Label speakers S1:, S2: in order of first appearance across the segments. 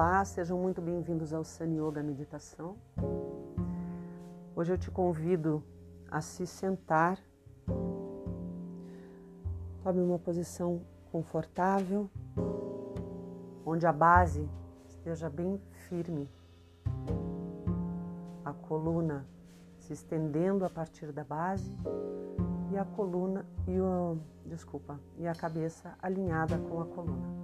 S1: Olá, sejam muito bem-vindos ao Sun Yoga Meditação. Hoje eu te convido a se sentar. Tome uma posição confortável, onde a base esteja bem firme, a coluna se estendendo a partir da base e a coluna e a cabeça alinhada com a coluna.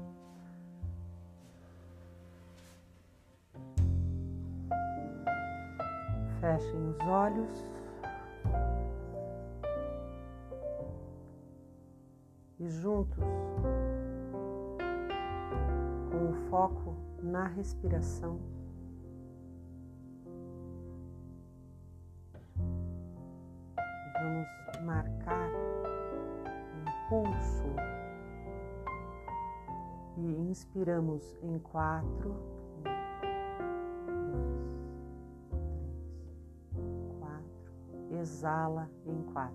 S1: Fechem os olhos e juntos, com o foco na respiração, vamos marcar um pulso e inspiramos em 4. Exala em 4.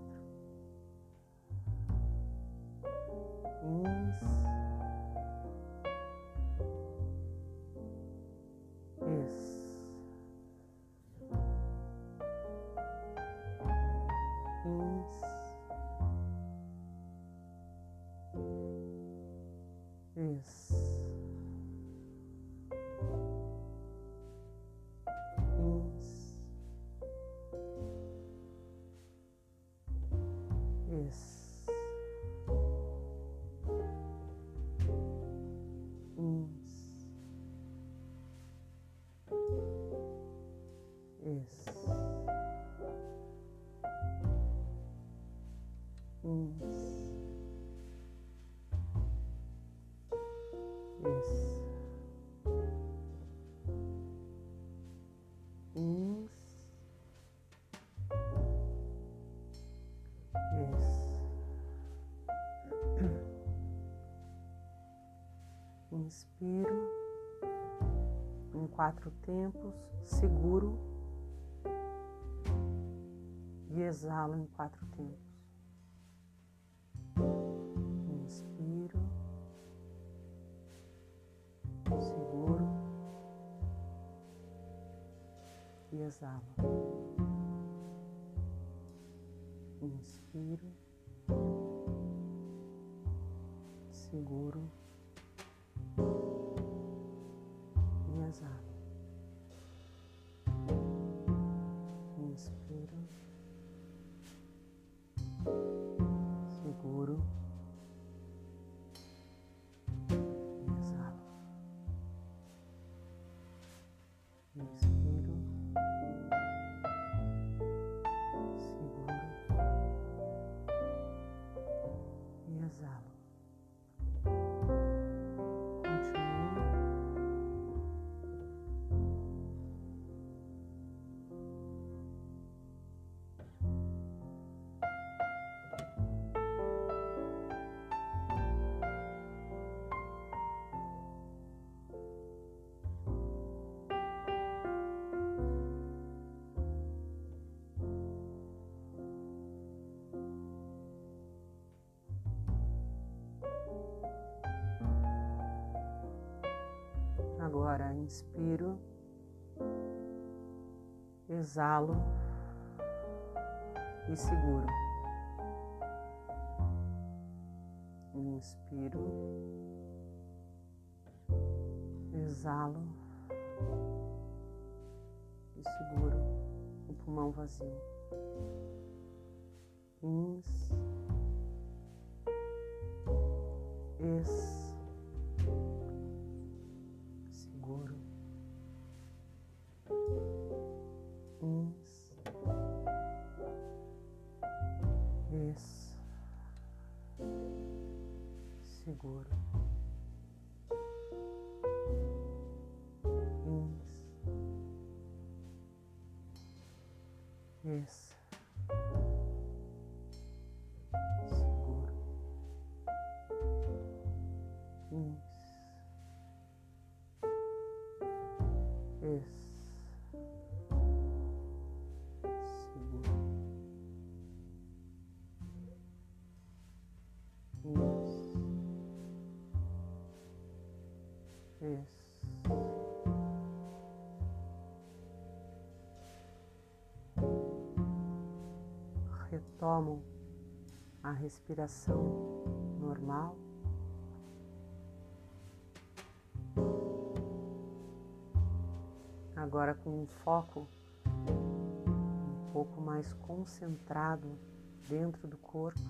S1: Inspiro em 4 tempos, seguro e exalo em 4 tempos. Inspiro, seguro e exalo. Inspiro, seguro e exalo. Inspiro, seguro e exalo. Inspiro, seguro e exalo. Agora inspiro, exalo e seguro. Inspiro, exalo e seguro o pulmão vazio. Seguro. Seguro. Isso. retomo a respiração normal. Agora com um foco um pouco mais concentrado dentro do corpo.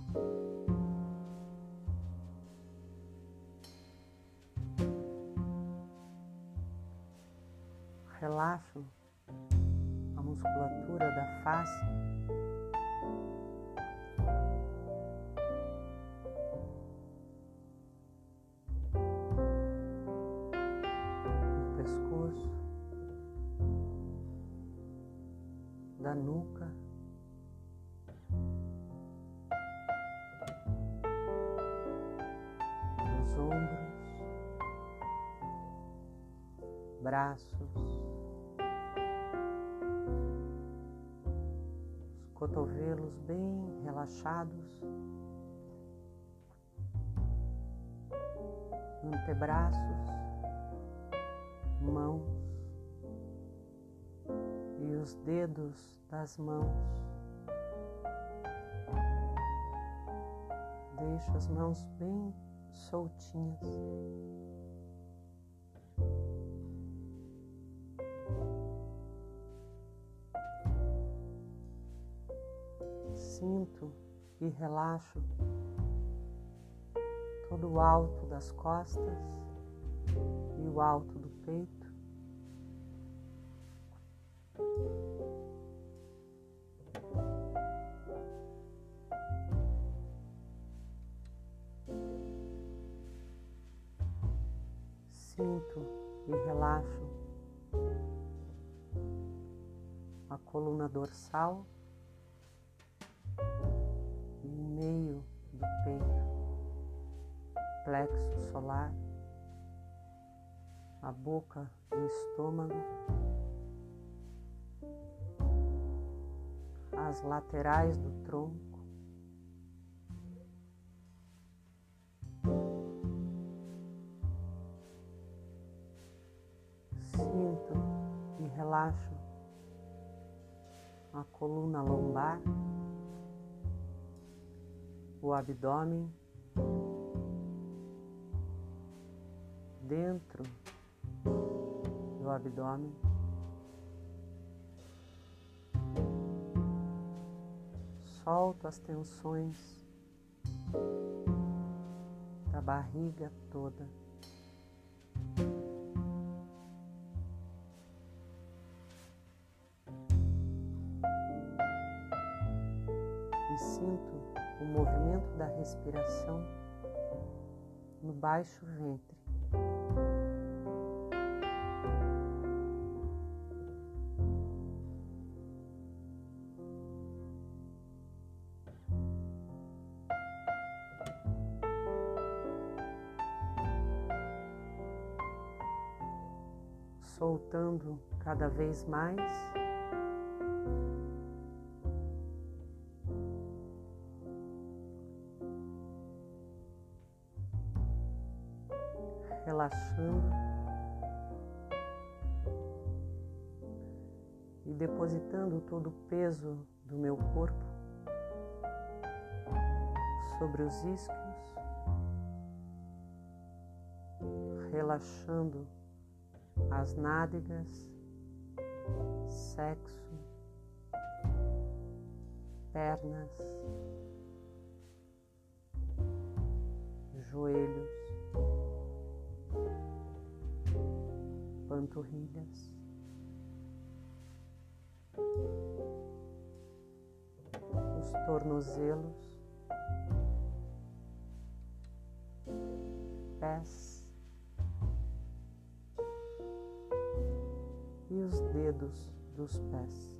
S1: Relaxo a musculatura da face. Do pescoço, da nuca, dos ombros, braços, os cotovelos bem relaxados, antebraços, mãos e os dedos das mãos. Deixo as mãos bem soltinhas. Sinto e relaxo todo o alto das costas e o alto do peito. Sinto e relaxo a coluna dorsal e o meio do peito, plexo solar, a boca e o estômago, as laterais do tronco, sinto e relaxo a coluna lombar, o abdômen, dentro do abdômen, solto as tensões da barriga toda. E sinto o movimento da respiração no baixo ventre. Soltando cada vez mais, relaxando e depositando todo o peso do meu corpo sobre os isquios, relaxando as nádegas, sexo, pernas, joelhos, panturrilhas, os tornozelos, pés e os dedos dos pés.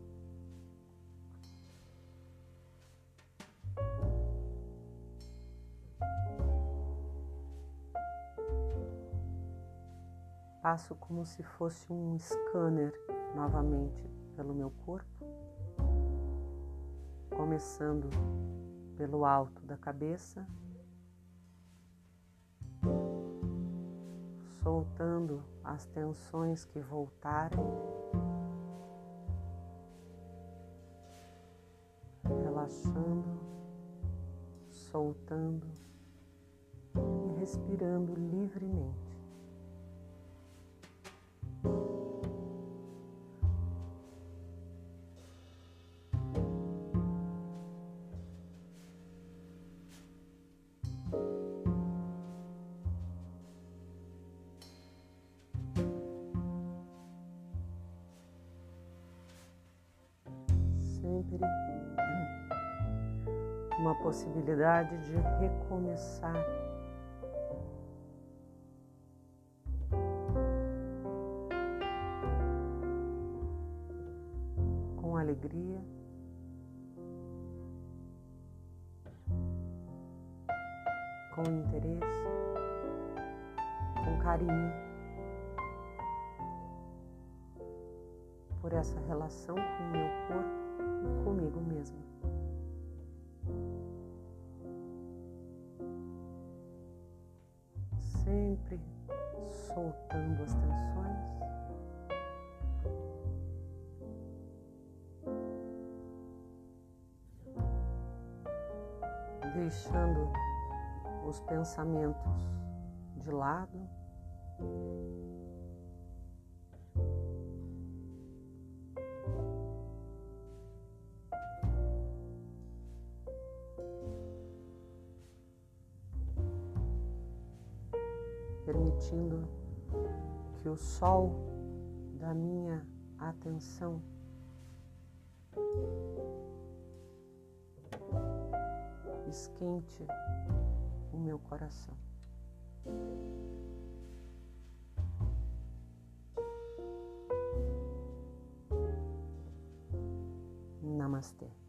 S1: Passo como se fosse um scanner novamente pelo meu corpo, começando pelo alto da cabeça, soltando as tensões que voltarem, relaxando soltando e respirando livremente. Sempre uma possibilidade de recomeçar. Com alegria, com interesse, com carinho por essa relação com o meu corpo e comigo mesma. Sempre soltando as tensões, deixando os pensamentos de lado, permitindo que o sol da minha atenção esquente o meu coração. Namastê.